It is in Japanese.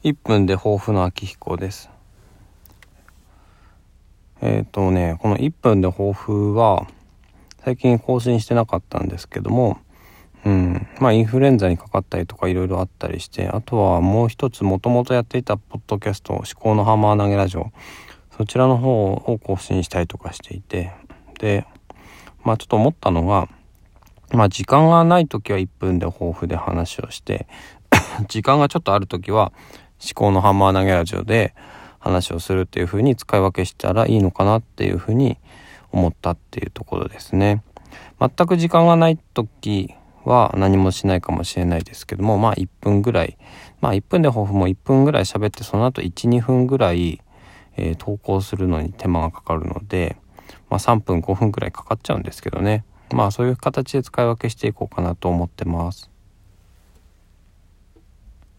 1分で抱負の秋彦です。この1分で抱負は最近更新してなかったんですけども、インフルエンザにかかったりとかいろいろあったりして、あとはもう一つもともとやっていたポッドキャスト、思考のハンマー投げラジオ、そちらの方を更新したりとかしていて、で、ちょっと思ったのが、時間がないときは1分で抱負で話をして時間がちょっとあるときは思考のハンマー投げラジオで話をするっていう風に使い分けしたらいいのかなっていう風に思ったっていうところですね。全く時間がないときは何もしないかもしれないですけども、1分ぐらい、1分で抱負も1分ぐらい喋って、その後 1,2 分ぐらい、投稿するのに手間がかかるので、3分5分ぐらいかかっちゃうんですけどね。そういう形で使い分けしていこうかなと思ってます。